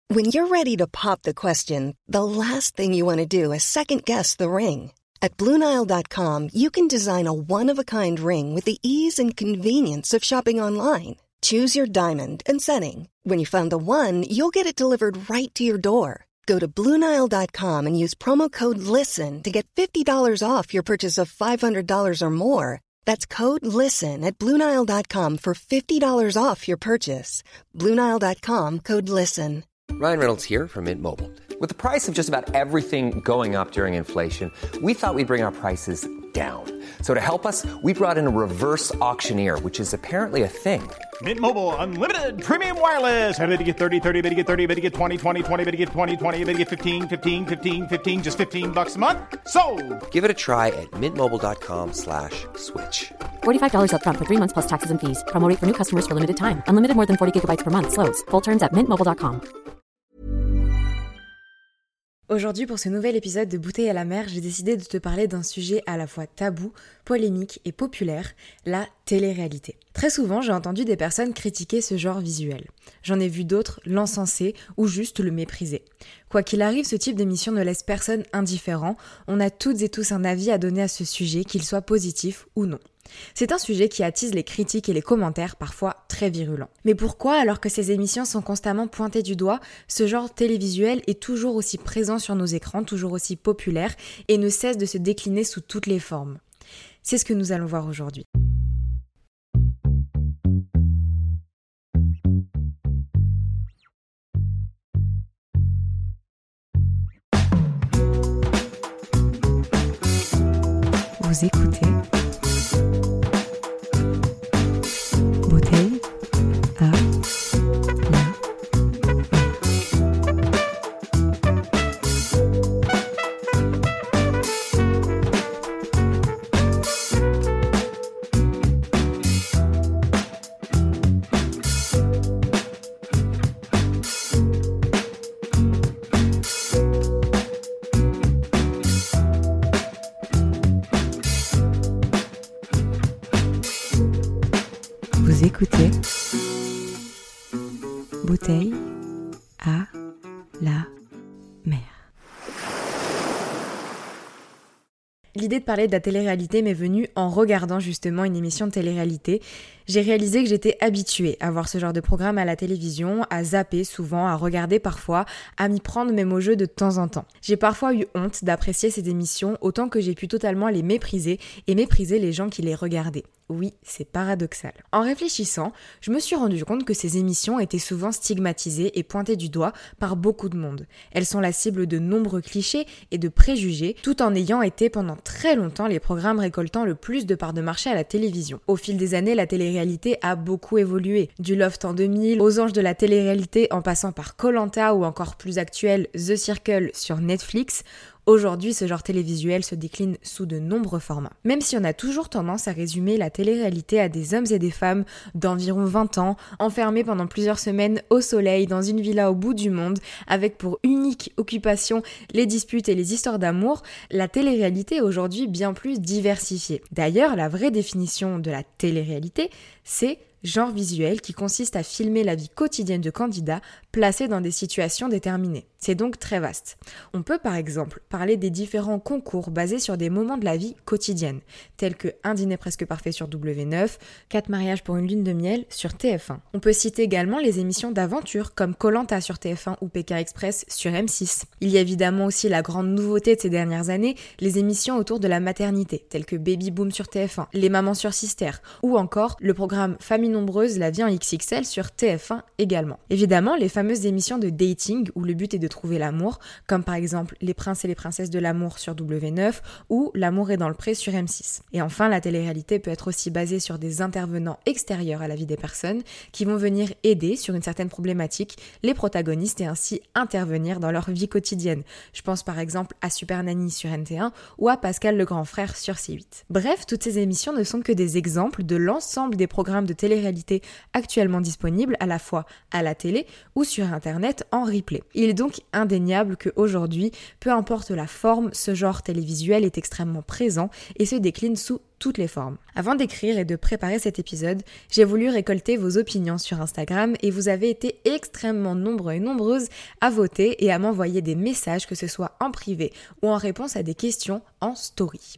When you're ready to pop the question, the last thing you want to do is second-guess the ring. At BlueNile.com, you can design a one-of-a-kind ring with the ease and convenience of shopping online. Choose your diamond and setting. When you find the one, you'll get it delivered right to your door. Go to BlueNile.com and use promo code LISTEN to get $50 off your purchase of $500 or more. That's code LISTEN at BlueNile.com for $50 off your purchase. BlueNile.com, code LISTEN. Ryan Reynolds here from Mint Mobile. With the price of just about everything going up during inflation, we thought we'd bring our prices down. So to help us, we brought in a reverse auctioneer, which is apparently a thing. Mint Mobile Unlimited Premium Wireless. How to get 30, 30, bit to get 30, bit to get 20, 20, 20, bit to get 20, 20, bit to get 15, 15, 15, 15, just $15 a month? Sold! Give it a try at mintmobile.com/switch. $45 up front for 3 months plus taxes and fees. Promo rate for new customers for limited time. Unlimited more than 40 gigabytes per month. Slows full terms at mintmobile.com. Aujourd'hui, pour ce nouvel épisode de Bouteille à la mer, j'ai décidé de te parler d'un sujet à la fois tabou, polémique et populaire, la télé-réalité. Très souvent, j'ai entendu des personnes critiquer ce genre visuel. J'en ai vu d'autres l'encenser ou juste le mépriser. Quoi qu'il arrive, ce type d'émission ne laisse personne indifférent. On a toutes et tous un avis à donner à ce sujet, qu'il soit positif ou non. C'est un sujet qui attise les critiques et les commentaires, parfois très virulents. Mais pourquoi, alors que ces émissions sont constamment pointées du doigt, ce genre télévisuel est toujours aussi présent sur nos écrans, toujours aussi populaire et ne cesse de se décliner sous toutes les formes? C'est ce que nous allons voir aujourd'hui. Vous écoutez Bouteille à la mer. Vous écoutez Bouteille à la mer. L'idée de parler de la télé-réalité m'est venue en regardant justement une émission de télé-réalité. J'ai réalisé que j'étais habituée à voir ce genre de programme à la télévision, à zapper souvent, à regarder parfois, à m'y prendre même au jeu de temps en temps. J'ai parfois eu honte d'apprécier ces émissions autant que j'ai pu totalement les mépriser et mépriser les gens qui les regardaient. Oui, c'est paradoxal. En réfléchissant, je me suis rendu compte que ces émissions étaient souvent stigmatisées et pointées du doigt par beaucoup de monde. Elles sont la cible de nombreux clichés et de préjugés, tout en ayant été pendant très longtemps les programmes récoltant le plus de parts de marché à la télévision. Au fil des années, la télé-réalité a beaucoup évolué. Du Loft en 2000 aux anges de la télé-réalité en passant par Koh-Lanta ou encore plus actuel The Circle sur Netflix. Aujourd'hui, ce genre télévisuel se décline sous de nombreux formats. Même si on a toujours tendance à résumer la télé-réalité à des hommes et des femmes d'environ 20 ans, enfermés pendant plusieurs semaines au soleil dans une villa au bout du monde, avec pour unique occupation les disputes et les histoires d'amour, la télé-réalité est aujourd'hui bien plus diversifiée. D'ailleurs, la vraie définition de la télé-réalité, c'est genre visuel qui consiste à filmer la vie quotidienne de candidats placés dans des situations déterminées. C'est donc très vaste. On peut par exemple parler des différents concours basés sur des moments de la vie quotidienne, tels que Un dîner presque parfait sur W9, 4 mariages pour une lune de miel sur TF1. On peut citer également les émissions d'aventure comme Koh-Lanta sur TF1 ou Pékin Express sur M6. Il y a évidemment aussi la grande nouveauté de ces dernières années, les émissions autour de la maternité, telles que Baby Boom sur TF1, Les Mamans sur Sister, ou encore le programme Famille Nombreuse, la vie en XXL sur TF1 également. Évidemment, les fameuses émissions de dating où le but est de trouver l'amour, comme par exemple Les Princes et les Princesses de l'amour sur W9 ou L'amour est dans le pré sur M6. Et enfin, la télé-réalité peut être aussi basée sur des intervenants extérieurs à la vie des personnes qui vont venir aider sur une certaine problématique les protagonistes et ainsi intervenir dans leur vie quotidienne. Je pense par exemple à Super Nanny sur NT1 ou à Pascal le grand frère sur C8. Bref, toutes ces émissions ne sont que des exemples de l'ensemble des programmes de télé-réalité télé-réalité actuellement disponibles à la fois à la télé ou sur internet en replay. Il est donc indéniable qu'aujourd'hui, peu importe la forme, ce genre télévisuel est extrêmement présent et se décline sous toutes les formes. Avant d'écrire et de préparer cet épisode, j'ai voulu récolter vos opinions sur Instagram et vous avez été extrêmement nombreux et nombreuses à voter et à m'envoyer des messages, que ce soit en privé ou en réponse à des questions en story.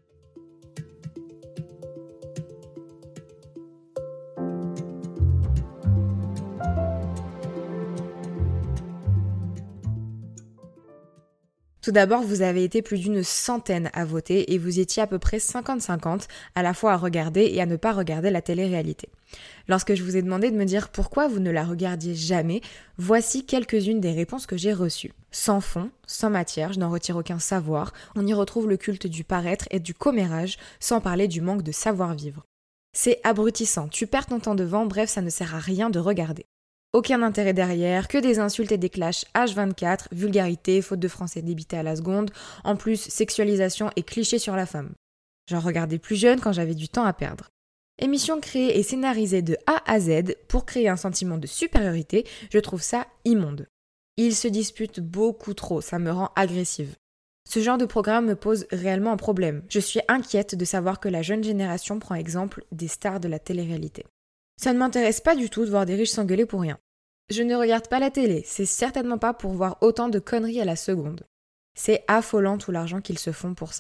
Tout d'abord, vous avez été plus d'une centaine à voter et vous étiez à peu près 50-50 à la fois à regarder et à ne pas regarder la télé-réalité. Lorsque je vous ai demandé de me dire pourquoi vous ne la regardiez jamais, voici quelques-unes des réponses que j'ai reçues. Sans fond, sans matière, je n'en retire aucun savoir, on y retrouve le culte du paraître et du commérage, sans parler du manque de savoir-vivre. C'est abrutissant, tu perds ton temps devant, bref, ça ne sert à rien de regarder. Aucun intérêt derrière, que des insultes et des clashs H24, vulgarité, faute de français débité à la seconde, en plus sexualisation et clichés sur la femme. J'en regardais plus jeune quand j'avais du temps à perdre. Émission créée et scénarisée de A à Z pour créer un sentiment de supériorité, je trouve ça immonde. Ils se disputent beaucoup trop, ça me rend agressive. Ce genre de programme me pose réellement un problème. Je suis inquiète de savoir que la jeune génération prend exemple des stars de la télé-réalité. Ça ne m'intéresse pas du tout de voir des riches s'engueuler pour rien. Je ne regarde pas la télé, c'est certainement pas pour voir autant de conneries à la seconde. C'est affolant tout l'argent qu'ils se font pour ça.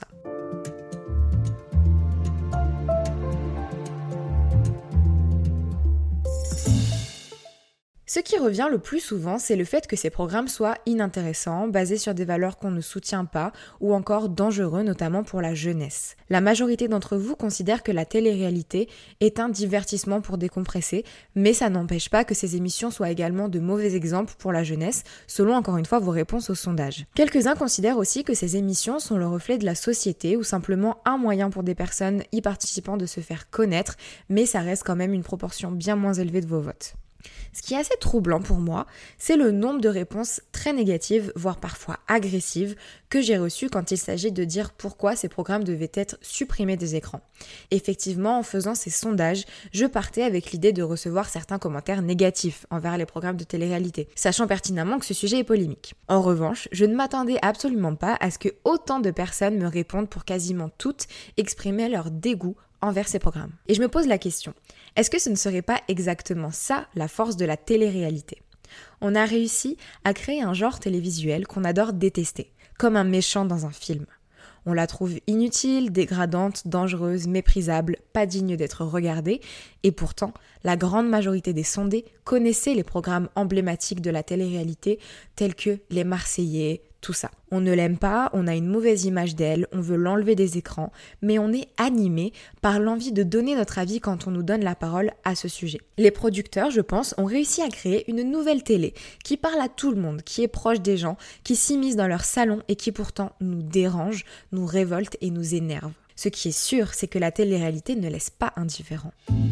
Ce qui revient le plus souvent, c'est le fait que ces programmes soient inintéressants, basés sur des valeurs qu'on ne soutient pas, ou encore dangereux, notamment pour la jeunesse. La majorité d'entre vous considère que la télé-réalité est un divertissement pour décompresser, mais ça n'empêche pas que ces émissions soient également de mauvais exemples pour la jeunesse, selon encore une fois vos réponses au sondage. Quelques-uns considèrent aussi que ces émissions sont le reflet de la société, ou simplement un moyen pour des personnes y participant de se faire connaître, mais ça reste quand même une proportion bien moins élevée de vos votes. Ce qui est assez troublant pour moi, c'est le nombre de réponses très négatives, voire parfois agressives, que j'ai reçues quand il s'agit de dire pourquoi ces programmes devaient être supprimés des écrans. Effectivement, en faisant ces sondages, je partais avec l'idée de recevoir certains commentaires négatifs envers les programmes de télé-réalité, sachant pertinemment que ce sujet est polémique. En revanche, je ne m'attendais absolument pas à ce que autant de personnes me répondent pour quasiment toutes exprimer leur dégoût envers ces programmes. Et je me pose la question, est-ce que ce ne serait pas exactement ça la force de la télé-réalité ? On a réussi à créer un genre télévisuel qu'on adore détester, comme un méchant dans un film. On la trouve inutile, dégradante, dangereuse, méprisable, pas digne d'être regardée, et pourtant, la grande majorité des sondés connaissaient les programmes emblématiques de la télé-réalité tels que Les Marseillais, tout ça. On ne l'aime pas, on a une mauvaise image d'elle, on veut l'enlever des écrans, mais on est animé par l'envie de donner notre avis quand on nous donne la parole à ce sujet. Les producteurs, je pense, ont réussi à créer une nouvelle télé qui parle à tout le monde, qui est proche des gens, qui s'immisce dans leur salon et qui pourtant nous dérange, nous révolte et nous énerve. Ce qui est sûr, c'est que la télé-réalité ne laisse pas indifférent.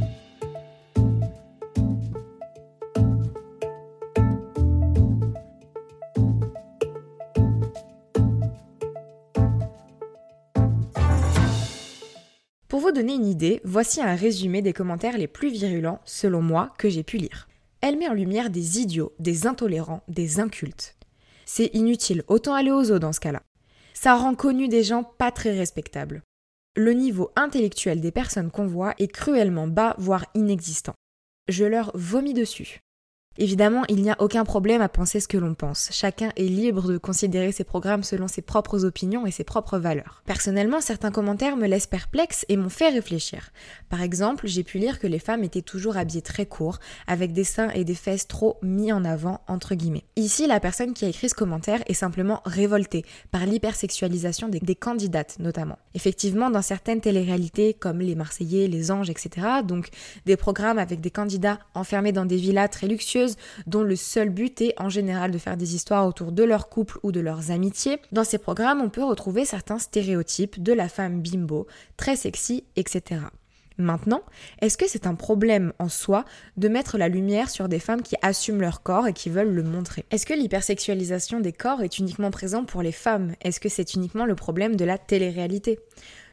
Pour vous donner une idée, voici un résumé des commentaires les plus virulents, selon moi, que j'ai pu lire. Elle met en lumière des idiots, des intolérants, des incultes. C'est inutile, autant aller aux eaux dans ce cas-là. Ça rend connu des gens pas très respectables. Le niveau intellectuel des personnes qu'on voit est cruellement bas, voire inexistant. Je leur vomis dessus. Évidemment, il n'y a aucun problème à penser ce que l'on pense. Chacun est libre de considérer ses programmes selon ses propres opinions et ses propres valeurs. Personnellement, certains commentaires me laissent perplexe et m'ont fait réfléchir. Par exemple, j'ai pu lire que les femmes étaient toujours habillées très court, avec des seins et des fesses trop mis en avant, entre guillemets. Ici, la personne qui a écrit ce commentaire est simplement révoltée par l'hypersexualisation des candidates, notamment. Effectivement, dans certaines téléréalités, comme Les Marseillais, Les Anges, etc., donc des programmes avec des candidats enfermés dans des villas très luxueuses, dont le seul but est en général de faire des histoires autour de leur couple ou de leurs amitiés. Dans ces programmes, on peut retrouver certains stéréotypes de la femme bimbo, très sexy, etc. Maintenant, est-ce que c'est un problème en soi de mettre la lumière sur des femmes qui assument leur corps et qui veulent le montrer ? Est-ce que l'hypersexualisation des corps est uniquement présente pour les femmes ? Est-ce que c'est uniquement le problème de la télé-réalité ?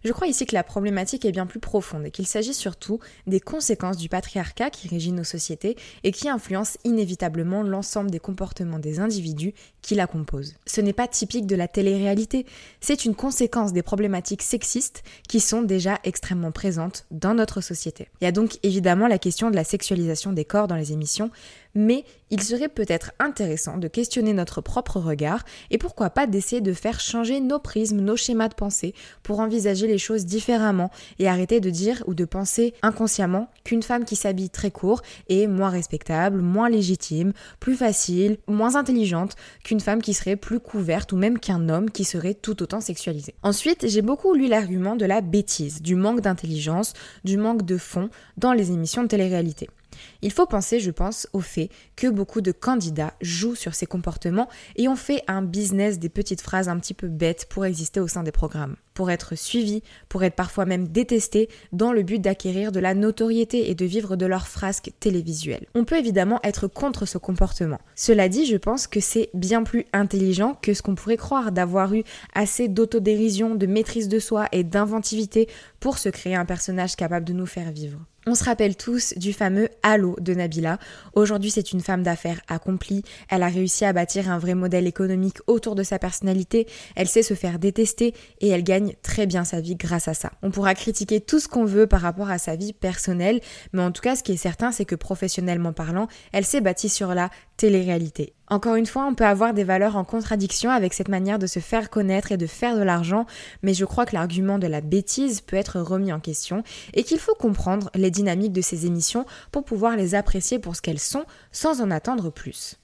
Je crois ici que la problématique est bien plus profonde et qu'il s'agit surtout des conséquences du patriarcat qui régit nos sociétés et qui influence inévitablement l'ensemble des comportements des individus qui la composent. Ce n'est pas typique de la télé-réalité, c'est une conséquence des problématiques sexistes qui sont déjà extrêmement présentes dans notre société. Il y a donc évidemment la question de la sexualisation des corps dans les émissions, mais il serait peut-être intéressant de questionner notre propre regard et pourquoi pas d'essayer de faire changer nos prismes, nos schémas de pensée pour envisager les choses différemment et arrêter de dire ou de penser inconsciemment qu'une femme qui s'habille très court est moins respectable, moins légitime, plus facile, moins intelligente qu'une femme qui serait plus couverte ou même qu'un homme qui serait tout autant sexualisé. Ensuite, j'ai beaucoup lu l'argument de la bêtise, du manque d'intelligence, du manque de fond dans les émissions de télé-réalité. Il faut penser, je pense, au fait que beaucoup de candidats jouent sur ces comportements et ont fait un business des petites phrases un petit peu bêtes pour exister au sein des programmes, pour être suivis, pour être parfois même détestés dans le but d'acquérir de la notoriété et de vivre de leurs frasques télévisuelles. On peut évidemment être contre ce comportement. Cela dit, je pense que c'est bien plus intelligent que ce qu'on pourrait croire d'avoir eu assez d'autodérision, de maîtrise de soi et d'inventivité pour se créer un personnage capable de nous faire vivre. On se rappelle tous du fameux « Allô » de Nabila. Aujourd'hui, c'est une femme d'affaires accomplie. Elle a réussi à bâtir un vrai modèle économique autour de sa personnalité. Elle sait se faire détester et elle gagne très bien sa vie grâce à ça. On pourra critiquer tout ce qu'on veut par rapport à sa vie personnelle, mais en tout cas, ce qui est certain, c'est que professionnellement parlant, elle s'est bâtie sur la télé-réalité. Encore une fois, on peut avoir des valeurs en contradiction avec cette manière de se faire connaître et de faire de l'argent, mais je crois que l'argument de la bêtise peut être remis en question et qu'il faut comprendre les dynamiques de ces émissions pour pouvoir les apprécier pour ce qu'elles sont sans en attendre plus.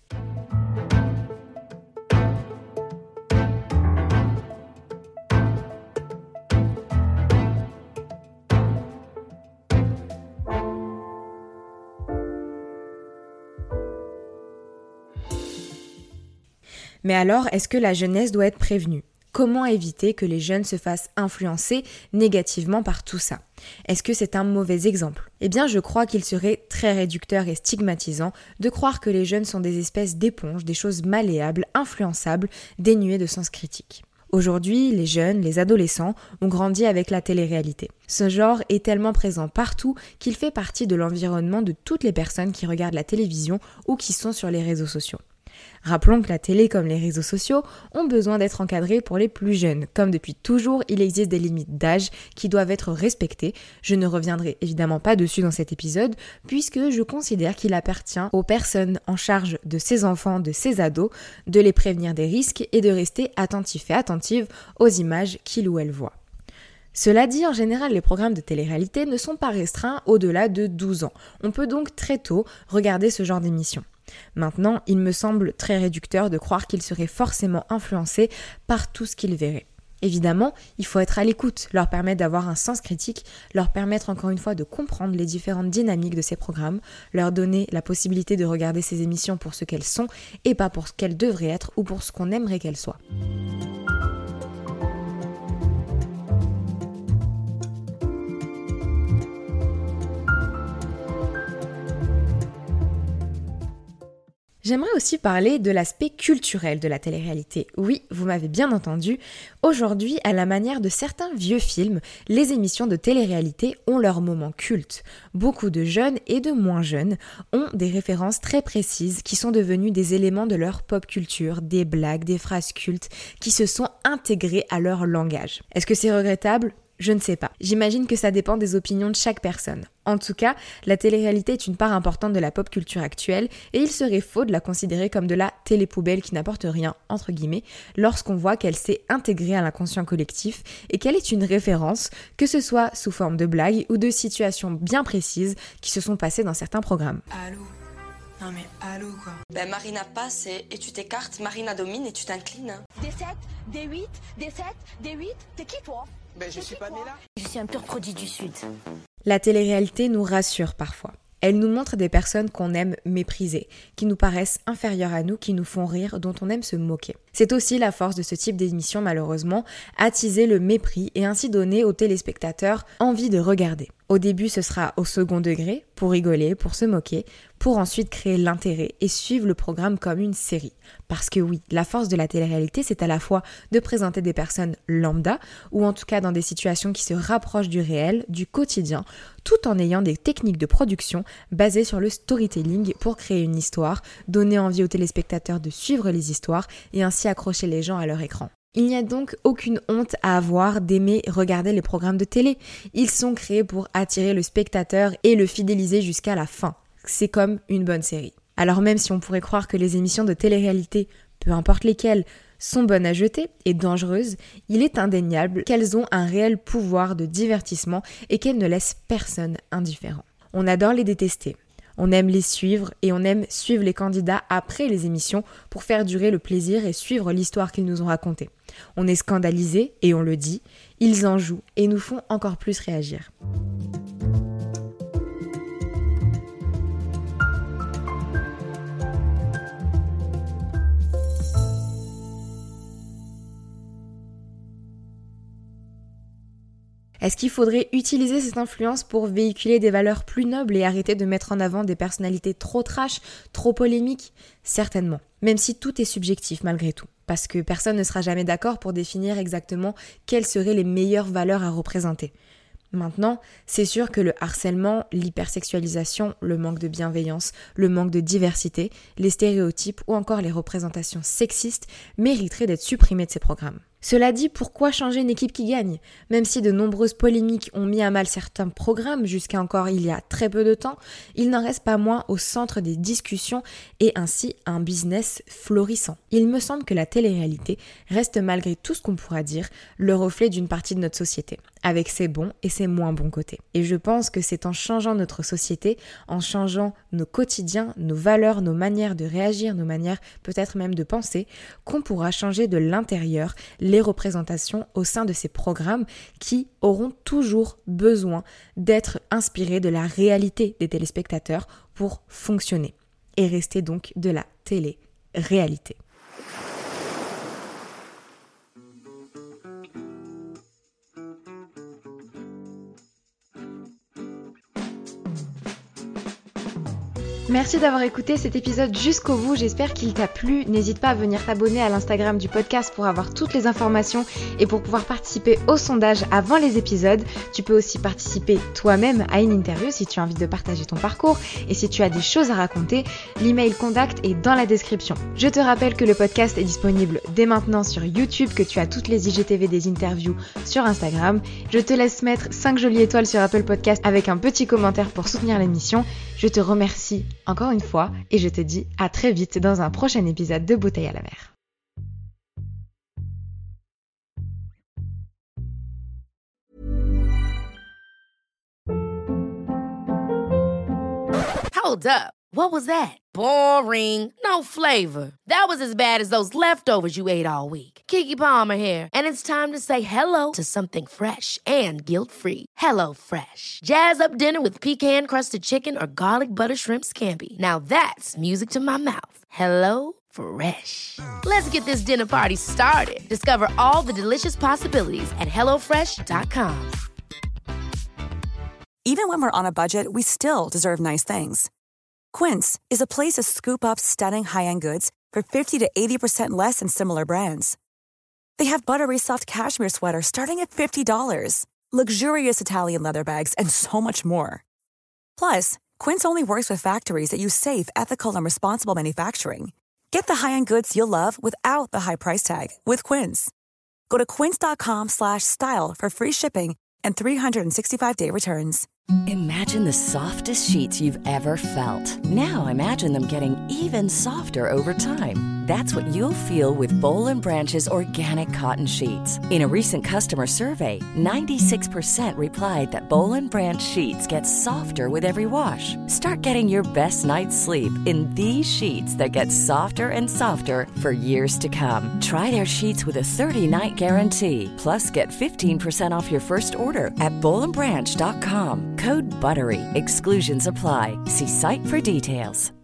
Mais alors, est-ce que la jeunesse doit être prévenue ? Comment éviter que les jeunes se fassent influencer négativement par tout ça ? Est-ce que c'est un mauvais exemple ? Eh bien, je crois qu'il serait très réducteur et stigmatisant de croire que les jeunes sont des espèces d'éponges, des choses malléables, influençables, dénuées de sens critique. Aujourd'hui, les jeunes, les adolescents ont grandi avec la télé-réalité. Ce genre est tellement présent partout qu'il fait partie de l'environnement de toutes les personnes qui regardent la télévision ou qui sont sur les réseaux sociaux. Rappelons que la télé comme les réseaux sociaux ont besoin d'être encadrés pour les plus jeunes. Comme depuis toujours, il existe des limites d'âge qui doivent être respectées. Je ne reviendrai évidemment pas dessus dans cet épisode puisque je considère qu'il appartient aux personnes en charge de ces enfants, de ces ados, de les prévenir des risques et de rester attentifs et attentives aux images qu'ils ou elles voient. Cela dit, en général, les programmes de télé-réalité ne sont pas restreints au-delà de 12 ans. On peut donc très tôt regarder ce genre d'émission. Maintenant, il me semble très réducteur de croire qu'ils seraient forcément influencés par tout ce qu'ils verraient. Évidemment, il faut être à l'écoute, leur permettre d'avoir un sens critique, leur permettre encore une fois de comprendre les différentes dynamiques de ces programmes, leur donner la possibilité de regarder ces émissions pour ce qu'elles sont et pas pour ce qu'elles devraient être ou pour ce qu'on aimerait qu'elles soient. J'aimerais aussi parler de l'aspect culturel de la télé-réalité. Oui, vous m'avez bien entendu. Aujourd'hui, à la manière de certains vieux films, les émissions de télé-réalité ont leur moment culte. Beaucoup de jeunes et de moins jeunes ont des références très précises qui sont devenues des éléments de leur pop culture, des blagues, des phrases cultes qui se sont intégrées à leur langage. Est-ce que c'est regrettable ? Je ne sais pas. J'imagine que ça dépend des opinions de chaque personne. En tout cas, la télé-réalité est une part importante de la pop culture actuelle et il serait faux de la considérer comme de la télé-poubelle qui n'apporte rien, entre guillemets, lorsqu'on voit qu'elle s'est intégrée à l'inconscient collectif et qu'elle est une référence, que ce soit sous forme de blagues ou de situations bien précises qui se sont passées dans certains programmes. Allô ? Non mais allô quoi. Ben Marina passe et tu t'écartes, Marina domine et tu t'inclines. Des 7, des 8, des 7, des 8, t'es qui toi ? Ben je suis pas née là. Je suis un pur produit du Sud. La télé-réalité nous rassure parfois. Elle nous montre des personnes qu'on aime mépriser, qui nous paraissent inférieures à nous, qui nous font rire, dont on aime se moquer. C'est aussi la force de ce type d'émission malheureusement, attiser le mépris et ainsi donner aux téléspectateurs envie de regarder. Au début, ce sera au second degré, pour rigoler, pour se moquer, pour ensuite créer l'intérêt et suivre le programme comme une série. Parce que oui, la force de la télé-réalité, c'est à la fois de présenter des personnes lambda, ou en tout cas dans des situations qui se rapprochent du réel, du quotidien, tout en ayant des techniques de production basées sur le storytelling pour créer une histoire, donner envie aux téléspectateurs de suivre les histoires et ainsi accrocher les gens à leur écran. Il n'y a donc aucune honte à avoir d'aimer regarder les programmes de télé. Ils sont créés pour attirer le spectateur et le fidéliser jusqu'à la fin. C'est comme une bonne série. Alors même si on pourrait croire que les émissions de télé-réalité, peu importe lesquelles, sont bonnes à jeter et dangereuses, il est indéniable qu'elles ont un réel pouvoir de divertissement et qu'elles ne laissent personne indifférent. On adore les détester. On aime les suivre et on aime suivre les candidats après les émissions pour faire durer le plaisir et suivre l'histoire qu'ils nous ont racontée. On est scandalisé et on le dit, ils en jouent et nous font encore plus réagir. Est-ce qu'il faudrait utiliser cette influence pour véhiculer des valeurs plus nobles et arrêter de mettre en avant des personnalités trop trash, trop polémiques ? Certainement, même si tout est subjectif malgré tout, parce que personne ne sera jamais d'accord pour définir exactement quelles seraient les meilleures valeurs à représenter. Maintenant, c'est sûr que le harcèlement, l'hypersexualisation, le manque de bienveillance, le manque de diversité, les stéréotypes ou encore les représentations sexistes mériteraient d'être supprimés de ces programmes. Cela dit, pourquoi changer une équipe qui gagne ? Même si de nombreuses polémiques ont mis à mal certains programmes jusqu'à encore il y a très peu de temps, il n'en reste pas moins au centre des discussions et ainsi un business florissant. Il me semble que la télé-réalité reste malgré tout ce qu'on pourra dire le reflet d'une partie de notre société, avec ses bons et ses moins bons côtés. Et je pense que c'est en changeant notre société, en changeant nos quotidiens, nos valeurs, nos manières de réagir, nos manières peut-être même de penser, qu'on pourra changer de l'intérieur les représentations au sein de ces programmes qui auront toujours besoin d'être inspirés de la réalité des téléspectateurs pour fonctionner et rester donc de la télé-réalité. Merci d'avoir écouté cet épisode jusqu'au bout, j'espère qu'il t'a plu. N'hésite pas à venir t'abonner à l'Instagram du podcast pour avoir toutes les informations et pour pouvoir participer au sondage avant les épisodes. Tu peux aussi participer toi-même à une interview si tu as envie de partager ton parcours et si tu as des choses à raconter, l'email contact est dans la description. Je te rappelle que le podcast est disponible dès maintenant sur YouTube, que tu as toutes les IGTV des interviews sur Instagram. Je te laisse mettre 5 jolies étoiles sur Apple Podcast avec un petit commentaire pour soutenir l'émission. Je te remercie encore une fois et je te dis à très vite dans un prochain épisode de Bouteille à la mer. Hold up. What was that? Boring. No flavor. That was as bad as those leftovers you ate all week. Keke Palmer here, and it's time to say hello to something fresh and guilt-free. Hello Fresh. Jazz up dinner with pecan-crusted chicken or garlic butter shrimp scampi. Now that's music to my mouth. Hello Fresh. Let's get this dinner party started. Discover all the delicious possibilities at HelloFresh.com. Even when we're on a budget, we still deserve nice things. Quince is a place to scoop up stunning high-end goods for 50 to 80% less than similar brands. They have buttery soft cashmere sweaters starting at $50, luxurious Italian leather bags, and so much more. Plus, Quince only works with factories that use safe, ethical, and responsible manufacturing. Get the high-end goods you'll love without the high price tag with Quince. Go to quince.com/style for free shipping and 365-day returns. Imagine the softest sheets you've ever felt. Now imagine them getting even softer over time. That's what you'll feel with Boll & Branch's organic cotton sheets. In a recent customer survey, 96% replied that Boll & Branch sheets get softer with every wash. Start getting your best night's sleep in these sheets that get softer and softer for years to come. Try their sheets with a 30-night guarantee. Plus, get 15% off your first order at bollandbranch.com. Code BUTTERY. Exclusions apply. See site for details.